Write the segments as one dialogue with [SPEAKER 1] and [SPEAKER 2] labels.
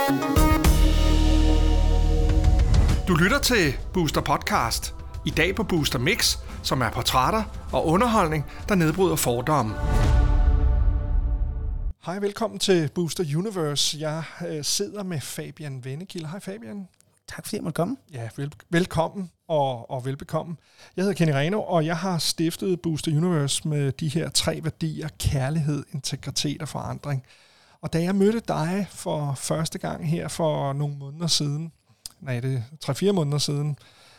[SPEAKER 1] Du lytter til Booster Podcast. I dag på Booster Mix, som er portrætter og underholdning, der nedbryder fordomme. Hej, velkommen til Booster Universe. Jeg sidder med Fabian Wennekilde. Hej Fabian.
[SPEAKER 2] Tak fordi jeg måtte komme.
[SPEAKER 1] Ja, velkommen og velbekomme. Jeg hedder Kenny Reno, og jeg har stiftet Booster Universe med de her 3 værdier: kærlighed, integritet og forandring. Og da jeg mødte dig for første gang her for nogle måneder siden, det er 3-4 måneder siden,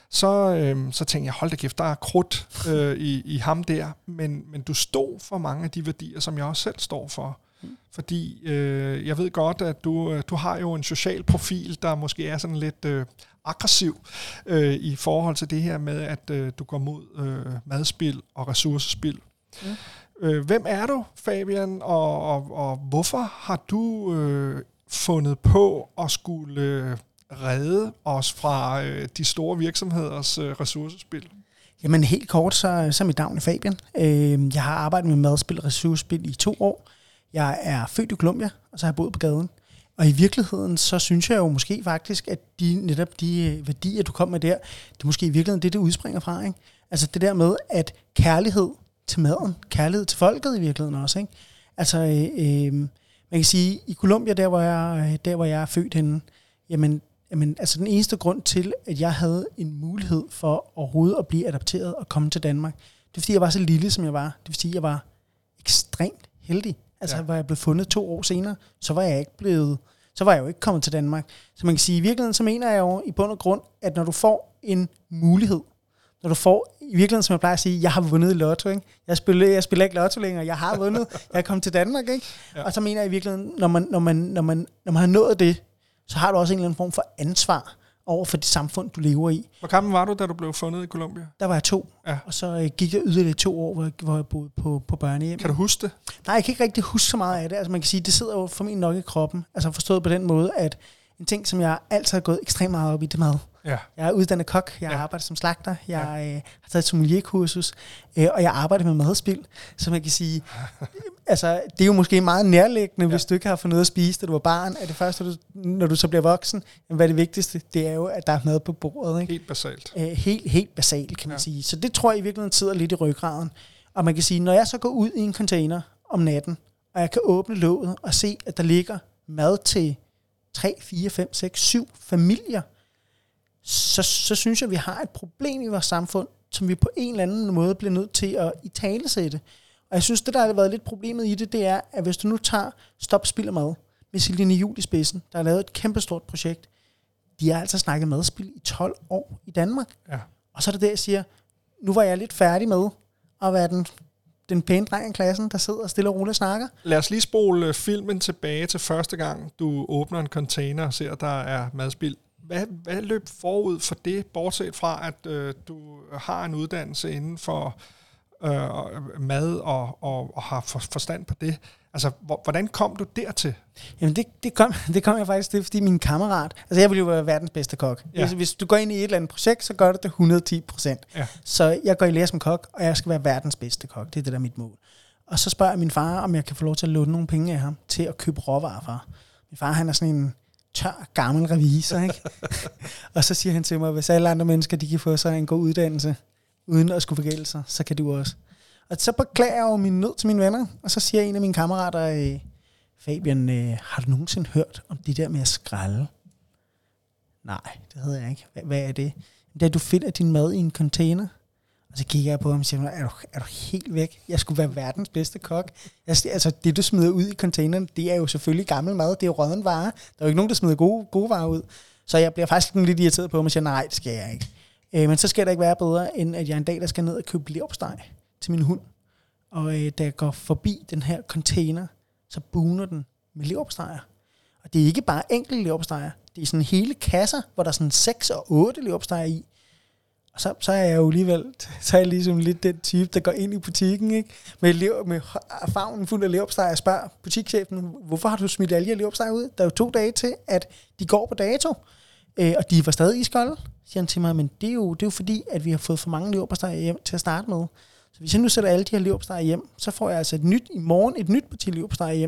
[SPEAKER 1] så tænkte jeg, hold da kæft, der er krudt i ham der, men du stod for mange af de værdier, som jeg også selv står for. Fordi jeg ved godt, at du har jo en social profil, der måske er sådan lidt aggressiv i forhold til det her med, at du går mod madspild og ressourcespil. Hvem er du, Fabian, og hvorfor har du fundet på at skulle redde os fra de store virksomheders ressourcespil?
[SPEAKER 2] Jamen helt kort, så er mit navn Fabian. Jeg har arbejdet med madspil og ressourcespil i 2 år. Jeg er født i Colombia, og så har jeg boet på gaden. Og i virkeligheden, så synes jeg jo måske faktisk, at netop de værdier, du kom med der, det er måske i virkeligheden det udspringer fra, ikke? Altså det der med, at kærlighed til maden, kærlighed til folket i virkeligheden også, ikke? Altså, man kan sige, i Colombia, der hvor jeg er født henne, jamen, altså den eneste grund til, at jeg havde en mulighed for overhovedet at blive adopteret og komme til Danmark, det er fordi, jeg var så lille, som jeg var. Det er fordi, jeg var ekstremt heldig. Altså, var jeg blevet fundet 2 år senere, så var jeg jo ikke kommet til Danmark. Så man kan sige, i virkeligheden, så mener jeg jo i bund og grund, at når du får en mulighed, når du får, i virkeligheden, som jeg plejer at sige, jeg har vundet i lotto, ikke? Jeg spiller ikke lotto længere, jeg har vundet, jeg er kommet til Danmark, ikke? Ja. Og så mener jeg i virkeligheden, når man har nået det, så har du også en eller anden form for ansvar over for det samfund, du lever i.
[SPEAKER 1] Hvor gammel var du, da du blev fundet i Colombia?
[SPEAKER 2] Der var jeg 2, og så gik jeg yderligere 2 år, hvor jeg boede på børnehjem.
[SPEAKER 1] Kan du huske det?
[SPEAKER 2] Nej, jeg kan ikke rigtig huske så meget af det. Altså man kan sige, det sidder jo formentlig nok i kroppen. Altså forstået på den måde, at en ting, som jeg altid har gået ekstremt meget op i, det er mad. Ja. Jeg er uddannet kok, jeg arbejder som slagter, jeg har taget et sommelierkursus, og jeg arbejder med madspil. Så man kan sige, altså det er jo måske meget nærliggende, hvis du ikke har fået noget at spise, da du var barn. Er det første, når du så bliver voksen, hvad er det vigtigste? Det er jo, at der er mad på bordet, ikke?
[SPEAKER 1] Helt basalt.
[SPEAKER 2] Helt basalt, kan man sige. Så det tror jeg i virkeligheden sidder lidt i ryggraden. Og man kan sige, når jeg så går ud i en container om natten, og jeg kan åbne låget og se, at der ligger mad til 3, 4, 5, 6, 7 familier, så synes jeg, at vi har et problem i vores samfund, som vi på en eller anden måde bliver nødt til at italesætte. Og jeg synes, det der har været lidt problemet i det er, at hvis du nu tager Stop Spild af Mad med Celine Juhl i spidsen, der har lavet et kæmpestort projekt, de har altså snakket madspil i 12 år i Danmark. Ja. Og så er det der, jeg siger, nu var jeg lidt færdig med at være den pæne dreng i klassen, der sidder og stille og roligt og snakker.
[SPEAKER 1] Lad os lige spole filmen tilbage til første gang, du åbner en container og ser, at der er madspild. Hvad løb forud for det, bortset fra, at du har en uddannelse inden for mad og har forstand på det? Altså, hvordan kom du dertil?
[SPEAKER 2] Jamen, det kom jeg faktisk til, fordi min kammerat... Altså, jeg ville jo være verdens bedste kok. Ja. Hvis du går ind i et eller andet projekt, så gør du det 110%. Ja. Så jeg går i lære som kok, og jeg skal være verdens bedste kok. Det er det, der er mit mål. Og så spørger jeg min far, om jeg kan få lov til at låne nogle penge af ham til at købe råvarer for. Min far, han er sådan en tør, gammel revisor, ikke? Og så siger han til mig, hvis alle andre mennesker, de kan få sig en god uddannelse, uden at skulle forgælde sig, så kan du også. Og så beklager jeg jo min nød til mine venner, og så siger en af mine kammerater, Fabian, har du nogensinde hørt om det der med at skrælle? Nej, det havde jeg ikke. Hvad er det? Det er, at du finder din mad i en container. Og så kigger jeg på ham og siger, er du helt væk? Jeg skulle være verdens bedste kok. Altså, det du smider ud i containeren, det er jo selvfølgelig gammel mad. Det er jo rådden varer. Der er jo ikke nogen, der smider gode varer ud. Så jeg bliver faktisk lidt irriteret på ham og siger, nej, det skal jeg ikke. Men så skal det ikke være bedre, end at jeg en dag, der skal ned og købe leverpostej til min hund. Og da jeg går forbi den her container, så buner den med leverpostejer. Og det er ikke bare enkelte leverpostejer. Det er sådan hele kasser, hvor der er sådan 6 og 8 leverpostejer i. Og så er jeg jo alligevel, så er jeg ligesom lidt den type, der går ind i butikken, ikke? Med favnen fuld af leverpostejer og spørger butikschefen, hvorfor har du smidt alle de her leverpostejer ud? Der er jo 2 dage til, at de går på dato. Og de var stadig iskolde, siger han til mig, men det er jo fordi, at vi har fået for mange leverpostejer hjem til at starte med. Så hvis jeg nu sætter alle de her leverpostejer hjem, så får jeg altså i morgen et nyt parti leverpostejer hjem,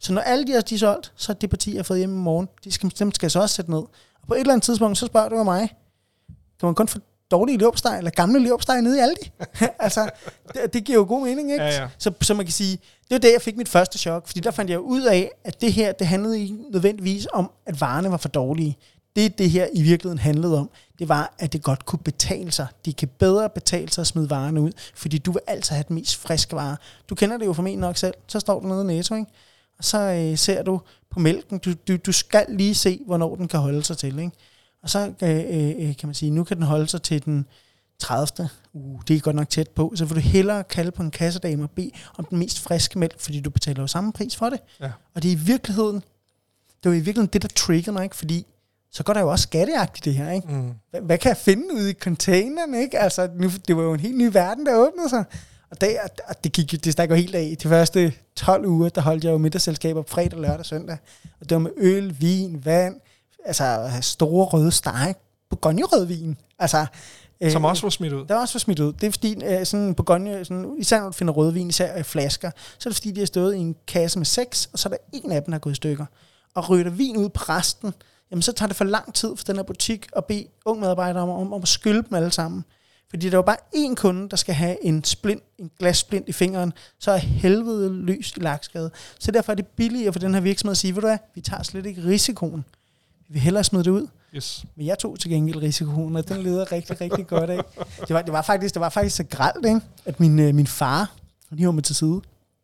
[SPEAKER 2] Så når alle de er solgt, så er det parti, jeg har fået hjem i morgen, dem skal jeg så også sætte ned. Og på et eller andet tidspunkt, så spørger du mig, kan man kun få dårlige leverpostej, eller gamle leverpostej nede i Aldi? Altså, det giver jo god mening, ikke?
[SPEAKER 1] Ja.
[SPEAKER 2] Så man kan sige, det var det, jeg fik mit første chok, fordi der fandt jeg ud af, at det her, det handlede ikke nødvendigvis om, at varerne var for dårlige. Det her i virkeligheden handlede om, det var, at det godt kunne betale sig. Det kan bedre betale sig at smide varerne ud, fordi du vil altid have den mest friske vare. Du kender det jo formentlig nok selv. Så står du nede i Netto, ikke? Og så ser du på mælken. Du skal lige se, hvornår den kan holde sig til, ikke? Og så kan man sige, nu kan den holde sig til den 30. Det er godt nok tæt på. Så vil du hellere kalde på en kassedame og bede om den mest friske mælk, fordi du betaler jo samme pris for det. Ja. Og det er i virkeligheden, det der triggede mig, ikke? Fordi så går der jo også skattejagt i det her, ikke? Hvad kan jeg finde ude i containeren, ikke? Altså, det var jo en helt ny verden, der åbnede sig. Og det stak jo helt af. De første 12 uger, der holdt jeg jo middagsselskaber fredag, lørdag, søndag. Og det var med øl, vin, vand, altså store røde steg, Bourgogne-rødvin. Altså,
[SPEAKER 1] som også var smidt ud.
[SPEAKER 2] Der også var smidt ud. Det er fordi, sådan Bourgogne, især når du finder rødvin, især flasker, så er det fordi, de har stået i en kasse med 6, og så er der en af dem, der er gået i stykker. Og ryger vin ud på resten, jamen så tager det for lang tid for den her butik at bede ung medarbejdere om at skylde dem alle sammen. Fordi der er jo bare én kunde, der skal have en glassplint i fingeren, så er helvede løs i lakskade. Så derfor er det billigere for den her virksomhed at sige, ved du hvad, vi tager slet ikke risikoen. Vi vil hellere smide det ud.
[SPEAKER 1] Yes.
[SPEAKER 2] Men jeg tog til gengæld risikoen, og den leder rigtig, rigtig godt af. Det var faktisk så grelt, ikke? At min far, han hiver mig til side,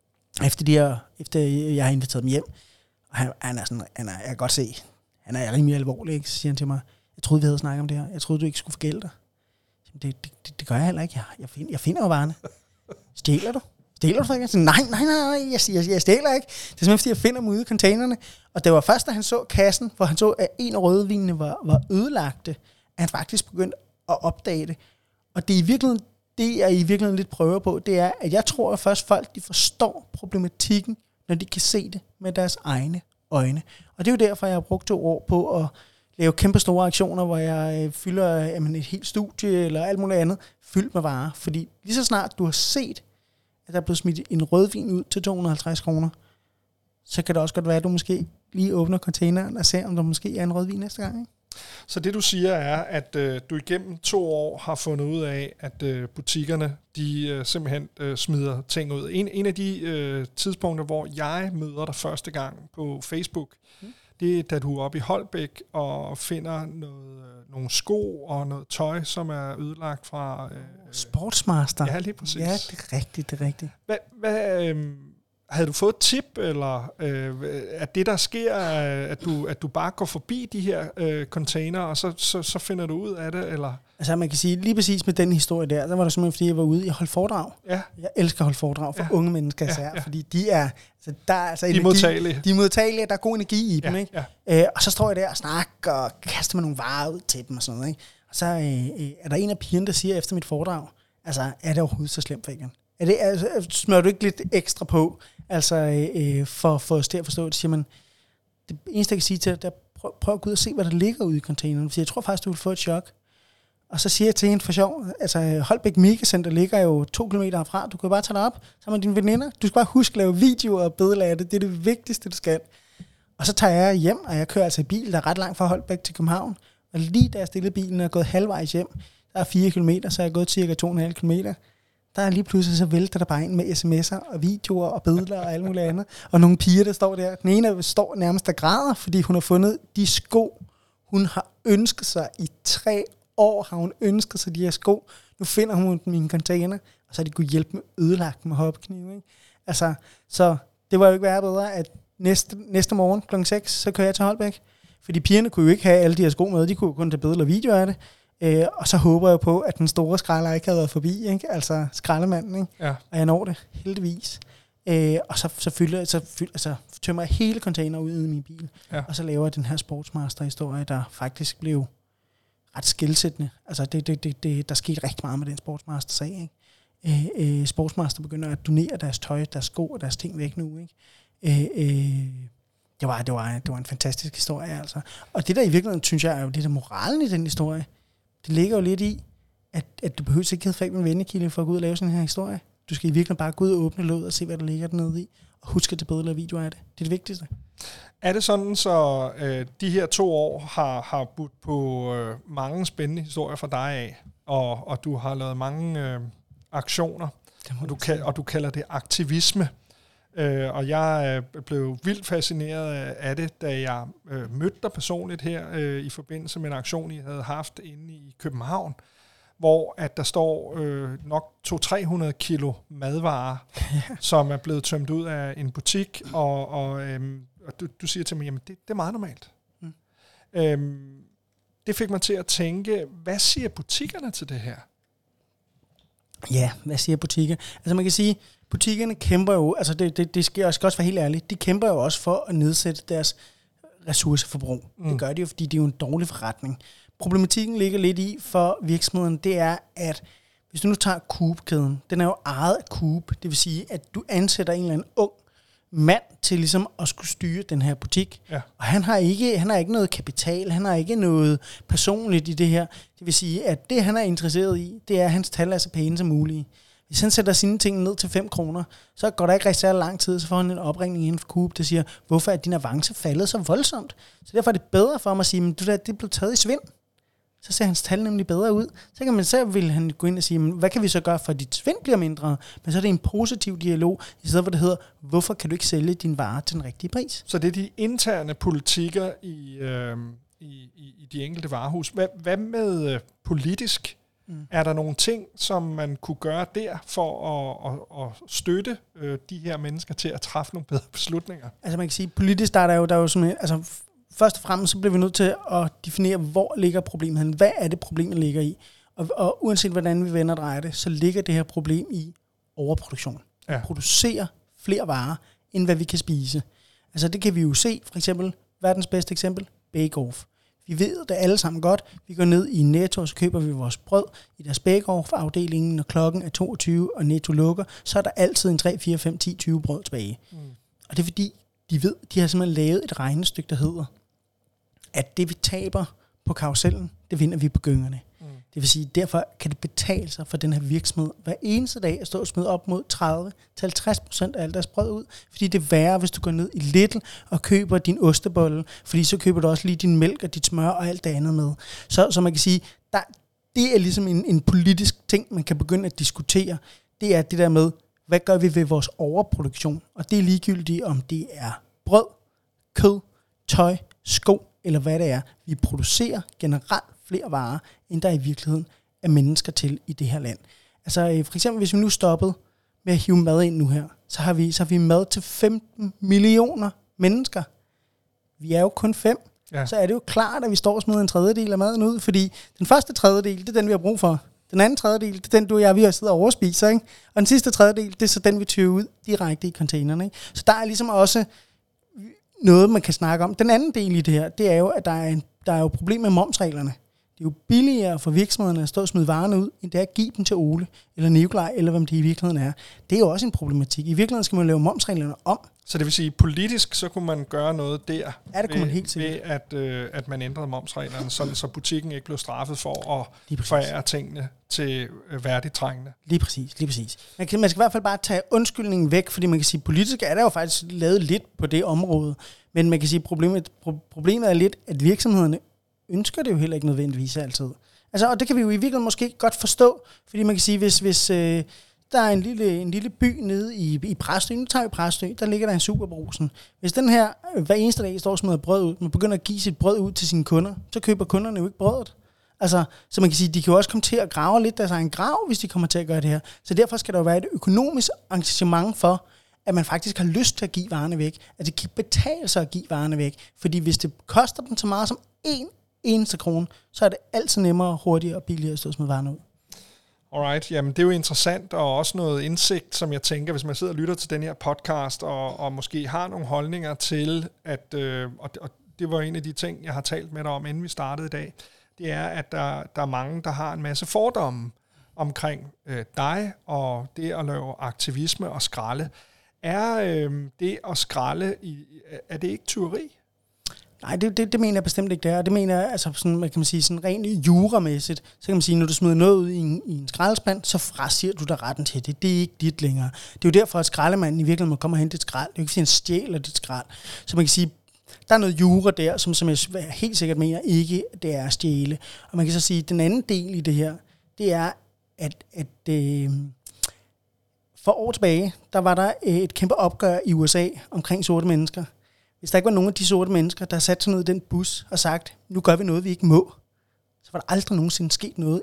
[SPEAKER 2] efter jeg har inviteret dem hjem. Og han er sådan, jeg kan godt se, han er rimelig alvorlig, ikke? Så siger han til mig, jeg troede, vi havde snakket om det her. Jeg troede, du ikke skulle forgælde dig. Det gør jeg heller ikke. Jeg finder jo varerne. Stjæler du? Stjæler du ikke? Nej, jeg stjæler ikke. Det er simpelthen, fordi jeg finder dem ude i containerne. Og det var først, da han så kassen, hvor han så, at en af rødvinene var ødelagte, at han faktisk begyndte at opdage det. Og det jeg i virkeligheden lidt prøver på, det er, at jeg tror, at først folk de forstår problematikken, når de kan se det med deres egne øjne. Og det er jo derfor, jeg har brugt 2 år på at lave kæmpe store aktioner, hvor jeg fylder et helt studie eller alt muligt andet fyldt med varer. Fordi lige så snart du har set, at der er blevet smidt en rødvin ud til 250 kroner, så kan det også godt være, at du måske lige åbner containeren og ser, om der måske er en rødvin næste gang, ikke?
[SPEAKER 1] Så det du siger er, at du igennem 2 år har fundet ud af, at butikkerne de simpelthen smider ting ud. En af de tidspunkter, hvor jeg møder dig første gang på Facebook, det er, da du er oppe i Holbæk og finder nogle sko og noget tøj, som er ødelagt fra...
[SPEAKER 2] Sportsmaster.
[SPEAKER 1] Ja, lige præcis.
[SPEAKER 2] Ja, det er rigtigt.
[SPEAKER 1] Havde du fået et tip, eller at det, der sker, at du bare går forbi de her container, og så finder du ud af det, eller? Altså,
[SPEAKER 2] man kan sige, lige præcis med den historie der var det simpelthen, fordi jeg var ude i holdt foredrag. Ja. Jeg elsker at holde foredrag for unge mennesker især, fordi de er... Altså, der er altså energi,
[SPEAKER 1] modtagelige.
[SPEAKER 2] De er modtagelige, der er god energi i dem, ikke? Ja. Og så står jeg der og snakker, og kaster mig nogle varer ud til dem og sådan noget, ikke? Og så er der en af pigerne, der siger efter mit foredrag, altså, er det overhovedet så slemt, Fabian? Smører du ikke lidt ekstra på, altså for os til at forstå det, siger man, det eneste, jeg kan sige til dig, prøv at gå ud og se, hvad der ligger ude i containeren, for jeg tror faktisk, du vil få et chok. Og så siger jeg til hende for sjov, altså Holbæk Megacenter ligger jo 2 km herfra, du kan jo bare tage dig op sammen med dine veninder, du skal bare huske at lave videoer og billeder af det, det er det vigtigste, du skal. Og så tager jeg hjem, og jeg kører altså i bil, der er ret langt fra Holbæk til København, og lige da jeg stillede bilen og er gået halvvejs hjem, der er 4 km, så er jeg gået cirka 2,5 km. Der er lige pludselig så vælter der bare ind med sms'er og videoer og billeder og alt muligt andet. Og nogle piger, der står der. Den ene står nærmest og græder, fordi hun har fundet de sko, hun har ønsket sig i 3 år. Har hun ønsket sig de her sko. Nu finder hun dem i en container, og så har de kunne hjælpe med ødelagt med hoppeknive. Ikke? Altså, så det var jo ikke værre bedre, at næste morgen kl. 6, så kører jeg til Holbæk. Fordi pigerne kunne jo ikke have alle de her sko med. De kunne kun tage billeder og videoer af det. Og så håber jeg på, at den store skralder ikke havde været forbi, ikke? Altså skraldemanden, ikke? Ja. Og jeg når det, heldigvis. Og så tømmer jeg hele container ud i min bil, og så laver jeg den her Sportsmaster-historie, der faktisk blev ret skelsættende. Altså der skete rigtig meget med den Sportsmaster-sag, ikke? Sportsmaster begynder at donere deres tøj, deres sko og deres ting væk nu, ikke? Det var en fantastisk historie, altså. Og det der i virkeligheden, synes jeg, er jo det der moralen i den historie. Det ligger jo lidt i, at du behøver ikke have Fabian Vendekilde for at gå ud og lave sådan en her historie. Du skal i virkeligheden bare gå ud og åbne låget og se, hvad der ligger dernede i. Og husk at tage billeder og videoer af det. Det er det vigtigste.
[SPEAKER 1] Er det sådan, så de her 2 år har budt på mange spændende historier for dig af, og du har lavet mange aktioner, og du kalder det aktivisme. Og jeg blev vildt fascineret af det, da jeg mødte dig personligt her i forbindelse med en aktion, I havde haft inde i København, hvor at der står nok 200-300 kilo madvarer, som er blevet tømt ud af en butik, og du siger til mig, jamen det er meget normalt. Det fik mig til at tænke, hvad siger butikkerne til det her?
[SPEAKER 2] Ja, hvad siger butikker? Altså man kan sige, butikkerne kæmper jo, altså det skal også være helt ærligt, de kæmper jo også for at nedsætte deres ressourceforbrug. Det gør de jo, fordi det er jo en dårlig forretning. Problematikken ligger lidt i for virksomheden, det er, at hvis du nu tager Coop-kæden, den er jo ejet af Coop, det vil sige, at du ansætter en eller anden ung mand til ligesom at skulle styre den her butik. Ja. Og han har ikke noget kapital, han har ikke noget personligt i det her. Det vil sige, at det han er interesseret i, det er, at hans tal er så pæne som muligt. Hvis han sætter sine ting ned til 5 kroner, så går der ikke rigtig særlig lang tid, så får han en opringning inden for Coop, der siger, hvorfor er din avance faldet så voldsomt? Så derfor er det bedre for mig at sige, men det er blevet taget i svind. Så ser hans tal nemlig bedre ud. Så vil han gå ind og sige, hvad kan vi så gøre, for at dit svind bliver mindre? Men så er det en positiv dialog, i stedet for det hedder, hvorfor kan du ikke sælge din vare til den rigtige pris?
[SPEAKER 1] Så det er de interne politikker i de enkelte varehus. Hvad med politisk? Er der nogle ting, som man kunne gøre der for at støtte de her mennesker til at træffe nogle bedre beslutninger?
[SPEAKER 2] Altså man kan sige, politisk der er jo sådan, altså først og fremmest så bliver vi nødt til at definere, hvor ligger problemet hen. Hvad er det problemet ligger i? Og uanset hvordan vi vender og drejer det, så ligger det her problem i overproduktion. Vi producerer flere varer, end hvad vi kan spise. Altså det kan vi jo se, for eksempel, verdens bedste eksempel, Bake Off. Vi ved det alle sammen godt. Vi går ned i Netto, og så køber vi vores brød i deres Bake Off-afdelingen, når klokken er 22, og Netto lukker, så er der altid en 3, 4, 5, 10, 20 brød tilbage. Og det er fordi, de har simpelthen lavet et regnestykke, der hedder, at det vi taber på karusellen, det vinder vi på gyngerne. Det vil sige, derfor kan det betale sig for den her virksomhed hver eneste dag at stå og smide op mod 30-50% af alt deres brød ud. Fordi det er værre, hvis du går ned i Lidl og køber din ostebolle, fordi så køber du også lige din mælk og dit smør og alt det andet med. Så man kan sige, det er ligesom en politisk ting, man kan begynde at diskutere. Det er det der med, hvad gør vi ved vores overproduktion? Og det er ligegyldigt, om det er brød, kød, tøj, sko eller hvad det er. Vi producerer generelt flere varer, end der i virkeligheden er mennesker til i det her land. Altså for eksempel, hvis vi nu stoppede med at hive mad ind nu her, så har vi mad til 15 millioner mennesker. Vi er jo kun 5. Ja. Så er det jo klart, at vi står og smider en tredjedel af maden ud, fordi den første tredjedel, det er den, vi har brug for. Den anden tredjedel, det er den, du og jeg, vi har siddet og overspiser, ikke? Og den sidste tredjedel, det er så den, vi tyrer ud direkte i containerne, ikke? Så der er ligesom også noget, man kan snakke om. Den anden del i det her, det er jo, at der er jo problem med momsreglerne. Det er jo billigere for virksomhederne at stå og smide varerne ud, end det er at give dem til Ole, eller Nikolaj, eller hvem det i virkeligheden er. Det er jo også en problematik. I virkeligheden skal man lave momsreglerne om. Så
[SPEAKER 1] det vil sige, politisk så kunne man gøre noget der,
[SPEAKER 2] ja, det kunne man helt sikkert.
[SPEAKER 1] Ved at man ændrede momsreglerne, så butikken ikke blev straffet for at forære tingene til værdigt trængende.
[SPEAKER 2] Lige præcis. Man skal i hvert fald bare tage undskyldningen væk, fordi man kan sige, politisk er der jo faktisk lavet lidt på det område, men man kan sige, problemet er lidt, at virksomhederne ønsker det jo heller ikke nødvendigvis altid. Altså, og det kan vi jo i virkeligheden måske godt forstå, fordi man kan sige, hvis der er en lille by nede i Præstø, nu tager vi Præstø, der ligger der en Superbrugsen. Hvis den her hver eneste dag står og smider brød ud, man begynder at give sit brød ud til sine kunder, så køber kunderne jo ikke brødet. Altså, så man kan sige, de kan jo også komme til at grave lidt deres egen grav, hvis de kommer til at gøre det her. Så derfor skal der jo være et økonomisk engagement for, at man faktisk har lyst til at give varerne væk. At det kan betale sig at give varerne væk. Fordi hvis det koster dem så meget som en eneste krone, så er det altid nemmere, hurtigere og billigere at stå med varerne ud.
[SPEAKER 1] Alright, jamen det er jo interessant, og også noget indsigt, som jeg tænker, hvis man sidder og lytter til den her podcast, og måske har nogle holdninger til, at, og det var en af de ting, jeg har talt med dig om, inden vi startede i dag, det er, at der er mange, der har en masse fordomme omkring dig, og det at lave aktivisme og skralde. Er det at skralde, er det ikke tyveri?
[SPEAKER 2] Nej, det mener jeg bestemt ikke, det er. Det mener jeg, altså sådan, kan man sige, sådan rent juramæssigt, så kan man sige, når du smider noget ud i en skraldespand, så frasiger du dig retten til det. Det er ikke dit længere. Det er jo derfor, at skraldemanden i virkeligheden må komme og hente et skrald. Det er jo ikke, fordi han stjæler dit skrald. Så man kan sige, der er noget jura der, som jeg helt sikkert mener ikke, det er at stjæle. Og man kan så sige, at den anden del i det her, det er, at for år tilbage, der var der et kæmpe opgør i USA omkring sorte mennesker. Hvis der ikke var nogen af de sorte mennesker, der satte sig ned i den bus og sagt, nu gør vi noget, vi ikke må, så var der aldrig nogensinde sket noget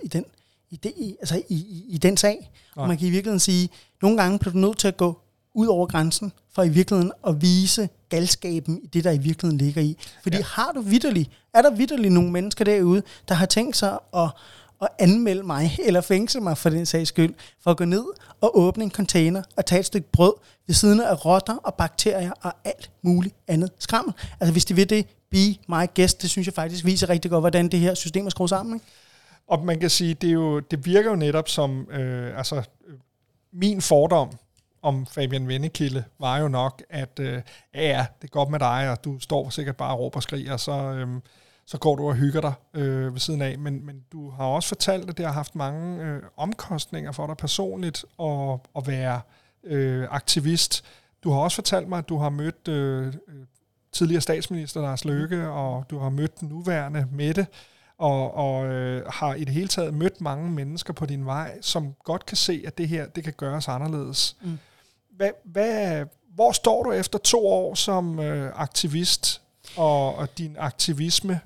[SPEAKER 2] i den sag. Nej. Og man kan i virkeligheden sige, nogle gange bliver du nødt til at gå ud over grænsen, for i virkeligheden at vise galskaben i det, der i virkeligheden ligger i. Fordi er der vitterligt nogle mennesker derude, der har tænkt sig at anmelde mig, eller fængsle mig for den sags skyld, for at gå ned og åbne en container og tage et stykke brød ved siden af rotter og bakterier og alt muligt andet skrammel. Altså hvis de vil det, be my guest, det synes jeg faktisk viser rigtig godt, hvordan det her system er skruet sammen. Ikke?
[SPEAKER 1] Og man kan sige, det virker jo netop som, min fordom om Fabian Wennekilde var jo nok, at det er godt med dig, og du står sikkert bare og råber og skriger, så går du og hygger dig ved siden af. Men du har også fortalt, at det har haft mange omkostninger for dig personligt at være aktivist. Du har også fortalt mig, at du har mødt tidligere statsminister Lars Løkke, og du har mødt den nuværende Mette, og har i det hele taget mødt mange mennesker på din vej, som godt kan se, at det her det kan gøres anderledes. Mm. Hvor står du efter 2 år som aktivist og din aktivisme?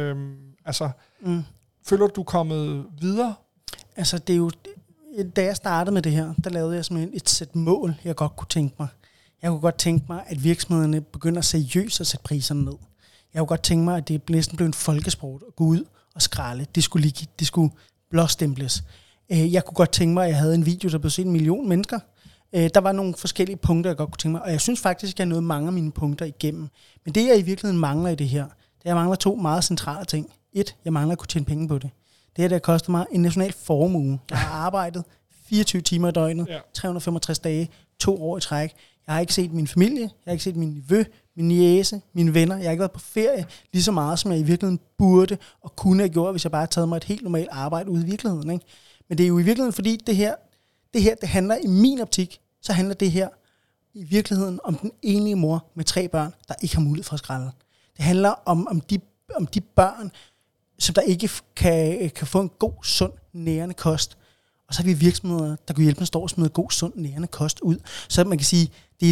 [SPEAKER 1] Føler du er kommet videre?
[SPEAKER 2] Altså, det er jo, da jeg startede med det her, der lavede jeg simpelthen et sæt mål, jeg godt kunne tænke mig. Jeg kunne godt tænke mig, at virksomhederne begynder seriøst at sætte priserne ned. Jeg kunne godt tænke mig, at det næsten blev en folkesport at gå ud og skralde. Det skulle blåstemples. Jeg kunne godt tænke mig, at jeg havde en video, der blev set 1 million mennesker. Der var nogle forskellige punkter, jeg godt kunne tænke mig, og jeg synes faktisk, at jeg nåede mange af mine punkter igennem. Men det, jeg i virkeligheden mangler i det her, det er, jeg mangler 2 meget centrale ting. 1, jeg mangler at kunne tjene penge på det. Det her, der koster mig en national formue. Jeg har arbejdet 24 timer i døgnet, 365 dage, 2 år i træk. Jeg har ikke set min familie, jeg har ikke set min nevø, min niece, mine venner. Jeg har ikke været på ferie lige så meget, som jeg i virkeligheden burde og kunne have gjort, hvis jeg bare havde taget mig et helt normalt arbejde ude i virkeligheden. Ikke? Men det er jo i virkeligheden, fordi det her, det handler i min optik, så handler det her i virkeligheden om den enlige mor med 3 børn, der ikke har mulighed for at skralde. Det handler om de børn, som der ikke kan få en god, sund, nærende kost. Og så har vi virksomheder, der kan hjælpe med at stå og smide god, sund, nærende kost ud. Så man kan sige,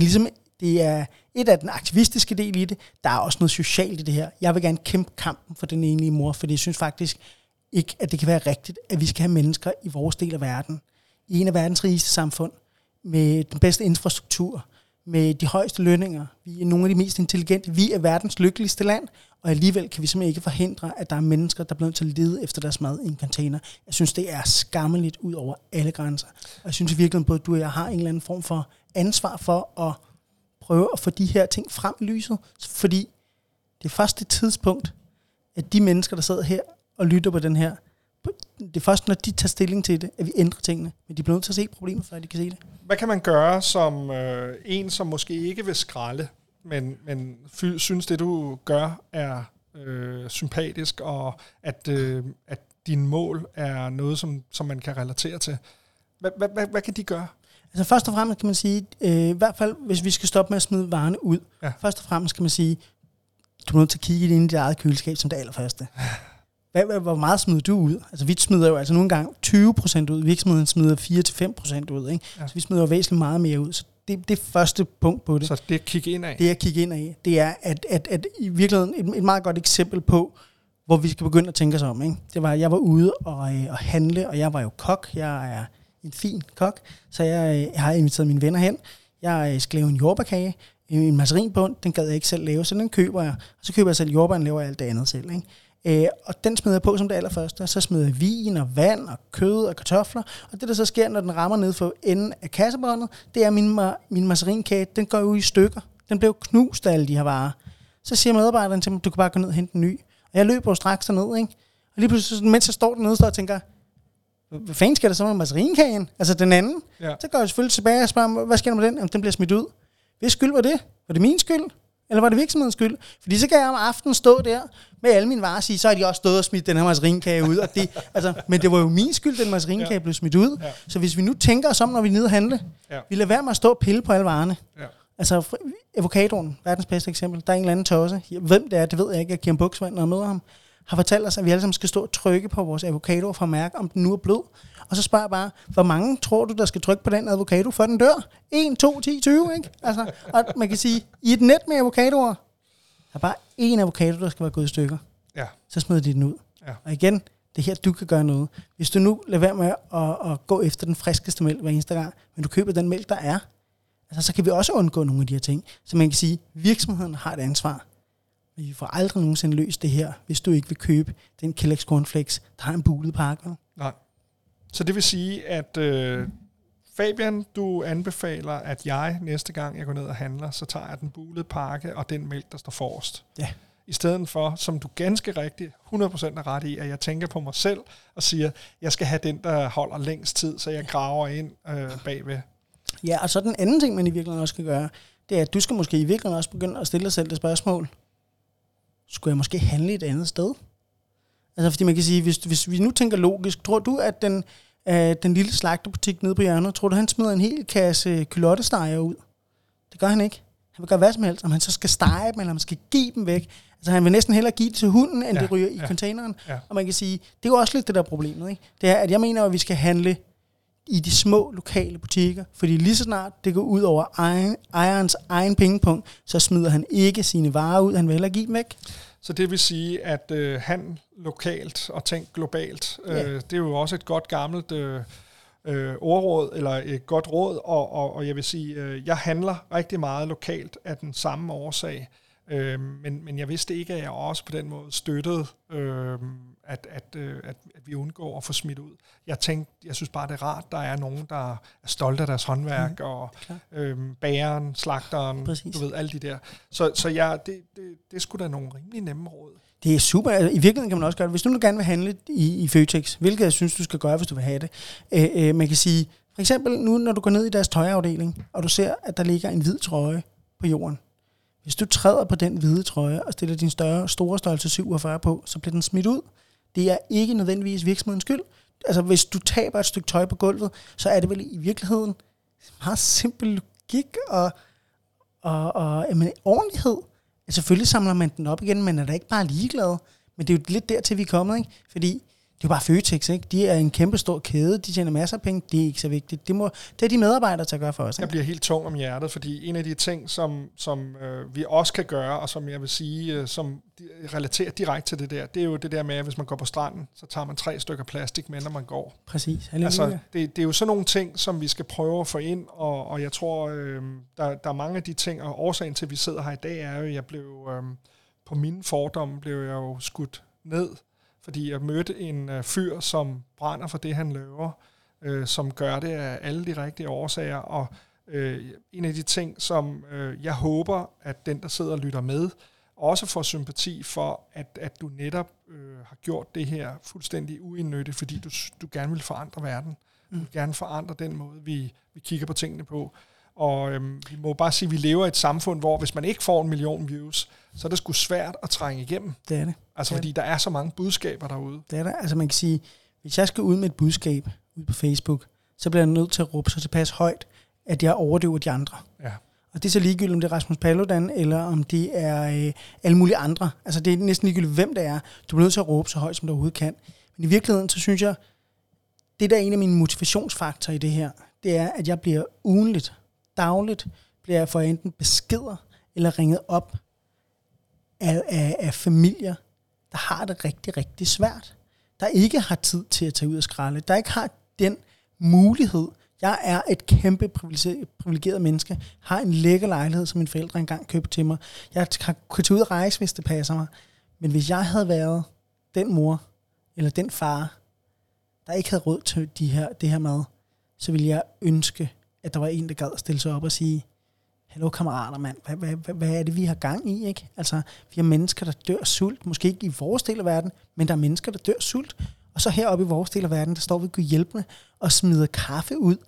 [SPEAKER 2] det er et af den aktivistiske del i det. Der er også noget socialt i det her. Jeg vil gerne kæmpe kampen for den enlige mor, for jeg synes faktisk ikke, at det kan være rigtigt, at vi skal have mennesker i vores del af verden, i en af verdens rigeste samfund, med den bedste infrastruktur, med de højeste lønninger. Vi er nogle af de mest intelligente. Vi er verdens lykkeligste land, og alligevel kan vi simpelthen ikke forhindre, at der er mennesker, der bliver nødt til at lede efter deres mad i en container. Jeg synes, det er skammeligt ud over alle grænser. Og jeg synes i virkeligheden, både du og jeg har en eller anden form for ansvar for at prøve at få de her ting frem i lyset, fordi det er først det tidspunkt, at de mennesker, der sidder her og lytter på den her, det er først, når de tager stilling til det, at vi ændrer tingene. Men de bliver nødt til at se problemet, før de kan se det.
[SPEAKER 1] Hvad kan man gøre som en, som måske ikke vil skralde, men synes det, du gør, er sympatisk, og at dine mål er noget, som man kan relatere til? Hvad kan de gøre?
[SPEAKER 2] Altså først og fremmest kan man sige, i hvert fald hvis vi skal stoppe med at smide varerne ud, først og fremmest kan man sige, du er nødt til at kigge ind i dit eget køleskab som det allerførste. Hvor meget smider du ud? Altså vi smider jo altså nogle gange 20% ud, virksomheden smider 4-5% ud, ikke? Ja. Så vi smider jo væsentligt meget mere ud. Så det er første punkt på det.
[SPEAKER 1] Så det er at kigge ind af?
[SPEAKER 2] Det er at kigge ind af. Det er at i virkeligheden et meget godt eksempel på, hvor vi skal begynde at tænke os om, ikke? Det var, jeg var ude og handle, og jeg var jo kok. Jeg er en fin kok, så jeg har inviteret mine venner hen. Jeg skal lave en jordbærkage, en margarinbund, den gad jeg ikke selv lave, så den køber jeg. Og så køber jeg selv jordbæren, laver jeg alt det andet selv, ikke? Og den smider jeg på som det allerførste. Så smider jeg vin og vand og kød og kartofler. Og det, der så sker, når den rammer ned for enden af kassebåndet, det er min margarinkage, den går jo i stykker. Den blev knust af alle de her varer. Så siger medarbejderen til mig, du kan bare gå ned og hente en ny. Og jeg løber jo straks derned, ikke? Og lige pludselig, mens jeg står dernede, og tænker, hvad fanden skal der så med margarinkagen? Altså den anden. Ja. Så går jeg selvfølgelig tilbage og spørger, hvad sker der med den? Jamen, den bliver smidt ud. Hvis skyld var det? Var det min skyld? eller var det virksomhedens skyld? Fordi så kan jeg om aftenen stå der med alle mine varer og sige, så har de også stået og smidt den her marserinkage ud. Og det, men det var jo min skyld, den marserinkage blev smidt ud. Ja. Så hvis vi nu tænker os om, når vi er nede og handle, vi lader være med at stå og pille på alle varerne. Ja. Altså avocadoen, verdens bedste eksempel. Der er en eller anden tosse. Hvem det er, det ved jeg ikke. Jeg giver en buksvand, når jeg møder ham. Har fortalt os, at vi alle sammen skal stå og trykke på vores avocado for at mærke, om den nu er blød. Og så spørger jeg bare, hvor mange tror du, der skal trykke på den avocado, før den dør? 1, 2, 10, 20, ikke? Altså, og man kan sige, i et net med avocadoer, der er bare én avocado, der skal være gået i stykker. Ja. Så smider de den ud. Ja. Og igen, det her, du kan gøre noget. Hvis du nu lader være med at gå efter den friskeste mælk hver eneste gang, men du køber den mælk, der er, altså, så kan vi også undgå nogle af de her ting. Så man kan sige, virksomheden har et ansvar. Men vi får aldrig nogensinde løst det her, hvis du ikke vil købe den Kellogg's Cornflakes, der har en bulet pakke.
[SPEAKER 1] Nej. Så det vil sige, at Fabian, du anbefaler, at jeg næste gang, jeg går ned og handler, så tager jeg den bulede pakke og den mælk, der står forrest. Ja. I stedet for, som du ganske rigtigt 100% er ret i, at jeg tænker på mig selv og siger, jeg skal have den, der holder længst tid, så jeg graver ind bagved.
[SPEAKER 2] Ja, og så den anden ting, man i virkeligheden også skal gøre, det er, at du skal måske i virkeligheden også begynde at stille dig selv det spørgsmål. Skulle jeg måske handle et andet sted? Altså, fordi man kan sige, hvis vi nu tænker logisk, tror du, at den lille slagterbutik nede på hjørnet, tror du, han smider en hel kasse kylottesteger ud? Det gør han ikke. Han vil gøre hvad som helst, om han så skal stege dem, eller om han skal give dem væk. Altså, han vil næsten hellere give det til hunden, end det ryger i containeren. Ja. Og man kan sige, det er jo også lidt det der problemet, ikke? Det er, at jeg mener, at vi skal handle i de små lokale butikker, fordi lige så snart det går ud over ejerens egen pengepunkt, så smider han ikke sine varer ud, han vil hellere give dem væk. Så
[SPEAKER 1] det vil sige, at han lokalt og tænk globalt, det er jo også et godt gammelt ordråd, eller et godt råd, og jeg vil sige, jeg handler rigtig meget lokalt af den samme årsag, men jeg vidste ikke, at jeg også på den måde støttede, at vi undgår at få smidt ud. Jeg synes bare, det er rart, der er nogen, der er stolte af deres håndværk, og bageren, slagteren, præcis. Du ved, alle de der. Så ja, det skulle da nogle rimelig nemme råd.
[SPEAKER 2] Det er super. I virkeligheden kan man også gøre det. Hvis du nu gerne vil handle i Føtex, hvilket jeg synes, du skal gøre, hvis du vil have det. Man kan sige, for eksempel nu, når du går ned i deres tøjafdeling, og du ser, at der ligger en hvid trøje på jorden. Hvis du træder på den hvide trøje og stiller din store størrelse 47 på, så bliver den smidt ud. Det er ikke nødvendigvis virksomhedens skyld. Altså, hvis du taber et stykke tøj på gulvet, så er det vel i virkeligheden meget simpel logik og ordentlighed. Altså, selvfølgelig samler man den op igen, men er da ikke bare ligeglad. Men det er jo lidt dertil, vi er kommet, ikke? Fordi det er jo bare Føtex, ikke? De er en kæmpe stor kæde, de tjener masser af penge, det er ikke så vigtigt. Det er de medarbejdere til at gøre for os, ikke?
[SPEAKER 1] Jeg bliver helt tung om hjertet, fordi en af de ting, som vi også kan gøre, og som jeg vil sige, som relaterer direkte til det der, det er jo det der med, at hvis man går på stranden, så tager man 3 stykker plastik med, når man går.
[SPEAKER 2] Præcis.
[SPEAKER 1] Altså, det er jo sådan nogle ting, som vi skal prøve at få ind, og jeg tror, der er mange af de ting, og årsagen til, at vi sidder her i dag, er jo, at jeg blev, på mine fordomme, blev jeg jo skudt ned, fordi jeg mødte en fyr, som brænder for det, han laver, som gør det af alle de rigtige årsager, og en af de ting, som jeg håber, at den, der sidder og lytter med, også får sympati for, at du netop har gjort det her fuldstændig uindnyttigt, fordi du gerne vil forandre verden. Du vil gerne forandre den måde, vi kigger på tingene på. Og vi må bare sige, at vi lever i et samfund, hvor hvis man ikke får 1 million views, så er det sgu svært at trænge igennem.
[SPEAKER 2] Det er det.
[SPEAKER 1] Altså fordi der er så mange budskaber derude.
[SPEAKER 2] Det er der. Altså man kan sige, hvis jeg skal ud med et budskab ud på Facebook, så bliver jeg nødt til at råbe så tilpas højt, at jeg overdøver de andre. Ja. Og det er så ligegyldigt, om det er Rasmus Paludan, eller om det er alle mulige andre. Altså det er næsten ligegyldigt, hvem det er. Du bliver nødt til at råbe så højt, som du overhovedet kan. Men i virkeligheden, så synes jeg, det der er en af mine motivationsfaktorer i det her, det er, at jeg bliver ugenligt, dagligt, bliver jeg for enten beskeder, eller ringet op af familier, der har det rigtig, rigtig svært. Der ikke har tid til at tage ud og skralde. Der ikke har den mulighed. Jeg er et kæmpe privilegeret menneske. Har en lækker lejlighed, som mine forældre engang købte til mig. Jeg kan tage ud og rejse, hvis det passer mig. Men hvis jeg havde været den mor, eller den far, der ikke havde råd til det her mad, så ville jeg ønske, at der var en, der gad at stille sig op og sige, hallo kammerater, mand, hvad er det, vi har gang i, ikke? Altså, vi har mennesker, der dør sult, måske ikke i vores del af verden, men der er mennesker, der dør sult, og så heroppe i vores del af verden, der står vi gudhjælpende og smider kaffe ud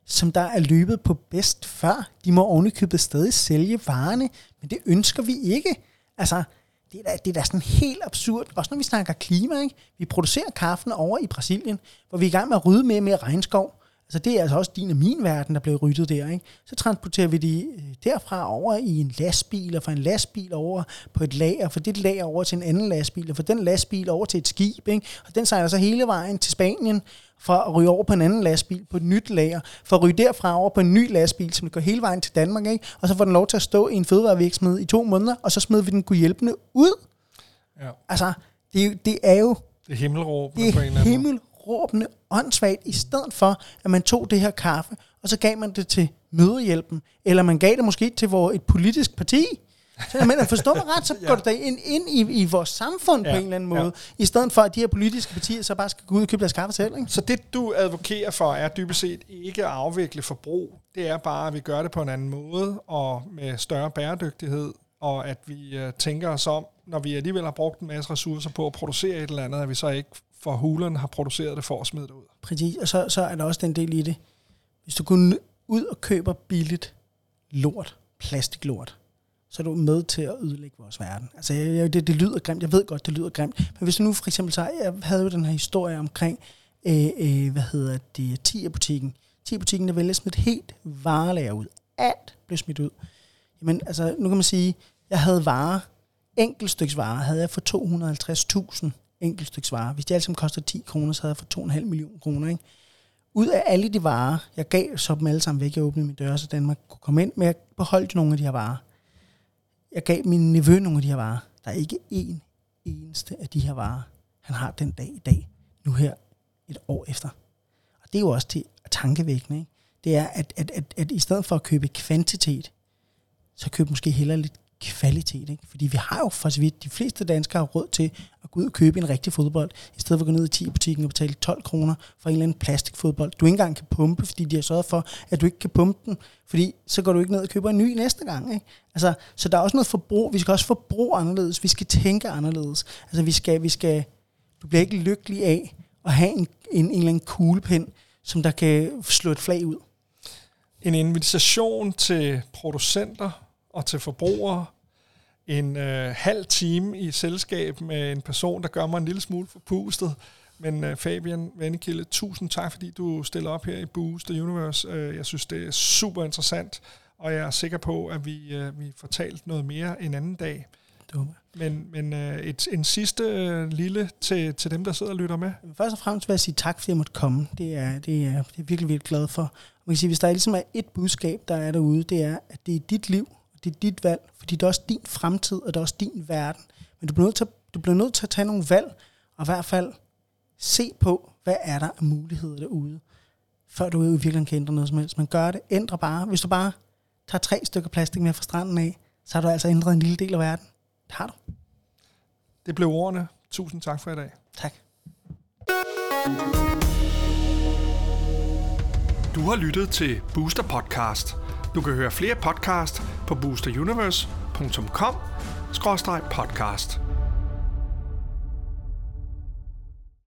[SPEAKER 2] som der er løbet på bedst før. De må ovenikøbet stadig sælge varerne, men det ønsker vi ikke. Altså, det er da sådan helt absurd. Også når vi snakker klima, ikke? Vi producerer kaffen over i Brasilien, hvor vi er i gang med at rydde mere regnskov. Altså det er altså også din og min verden, der bliver ryddet der, ikke? Så transporterer vi de derfra over i en lastbil, og fra en lastbil over på et lager, fra det lager over til en anden lastbil, og fra den lastbil over til et skib, ikke? Og den sejler så hele vejen til Spanien, for at ryge over på en anden lastbil, på et nyt lager, for at ryge derfra over på en ny lastbil, som går hele vejen til Danmark, ikke? Og så får den lov til at stå i en fødevarevirksomhed i 2 måneder, og så smider vi den gudhjælpende ud. Ja. Altså, det er jo...
[SPEAKER 1] Det er himmelråbende på en eller anden måde.
[SPEAKER 2] Råbende åndssvagt, i stedet for, at man tog det her kaffe, og så gav man det til Mødrehjælpen, eller man gav det måske til et politisk parti. Så man forstår mig ret, så går det da ind i vores samfund på en eller anden måde, i stedet for, at de her politiske partier så bare skal gå ud og købe deres kaffe selv. Ikke?
[SPEAKER 1] Så det, du advokerer for, er dybest set ikke at afvikle forbrug. Det er bare, at vi gør det på en anden måde, og med større bæredygtighed, og at vi tænker os om, når vi alligevel har brugt en masse ressourcer på at producere et eller andet, at vi så ikke for hulerne har produceret det for at smide det ud.
[SPEAKER 2] Præcis, og så er der også den del i det. Hvis du går ud og køber billigt lort, plastiklort, så er du med til at ødelægge vores verden. Altså, det lyder grimt. Jeg ved godt, det lyder grimt. Men hvis du nu for eksempel så, jeg havde jo den her historie omkring, Tier-butikken. Tier-butikken, der vælger smidt helt varelager ud. Alt blev smidt ud. Jamen, altså, nu kan man sige, jeg havde varer, enkeltstyksvarer, havde jeg for 250.000 enkeltstyksvarer. Hvis de alle sammen koster 10 kroner, så havde jeg for 2,5 millioner kroner, ikke? Ud af alle de varer, jeg gav så dem alle sammen væk, jeg åbnede min dør, så Danmark kunne komme ind, men jeg beholdt nogle af de her varer. Jeg gav min nevø nogle af de her varer. Der er ikke en eneste af de her varer, han har den dag i dag, nu her et år efter. Og det er jo også til tankevækkende, ikke? Det er, at i stedet for at købe kvantitet, så køb måske hellere lidt kvalitet, ikke? Fordi vi har jo for så vidt, de fleste danskere har råd til at gå ud og købe en rigtig fodbold, i stedet for at gå ned i Tier-butikken og betale 12 kroner for en eller anden plastikfodbold. Du ikke engang kan pumpe, fordi de har sørget for, at du ikke kan pumpe den, fordi så går du ikke ned og køber en ny næste gang, ikke? Altså, så der er også noget forbrug. Vi skal også forbruge anderledes. Vi skal tænke anderledes. Altså, du bliver ikke lykkelig af at have en eller anden kuglepen, som der kan slå et flag ud.
[SPEAKER 1] En invitation til producenter og til forbrugere. En halv time i selskab med en person, der gør mig en lille smule forpustet. Men Fabian Vennekilde, tusind tak, fordi du stiller op her i Booster Universe. Jeg synes, det er super interessant, og jeg er sikker på, at vi får talt noget mere en anden dag. Men en sidste lille til dem, der sidder og lytter med.
[SPEAKER 2] Først og fremmest vil jeg sige tak, fordi jeg måtte komme. Det er virkelig, virkelig glad for. Man kan sige, hvis der ligesom er et budskab, der er derude, det er, at det er dit liv, det er dit valg, fordi det er også din fremtid, og det er også din verden. Men du bliver nødt til at tage nogle valg, og i hvert fald se på, hvad er der af muligheder derude, før du i virkeligheden kan ændre noget som helst. Men gør det, ændre bare. Hvis du bare tager 3 stykker plastik med fra stranden af, så har du altså ændret en lille del af verden. Det har du.
[SPEAKER 1] Det blev ordene. Tusind tak for i dag.
[SPEAKER 2] Tak.
[SPEAKER 1] Du har lyttet til Booster Podcast. Du kan høre flere podcast på boosteruniverse.com/podcast.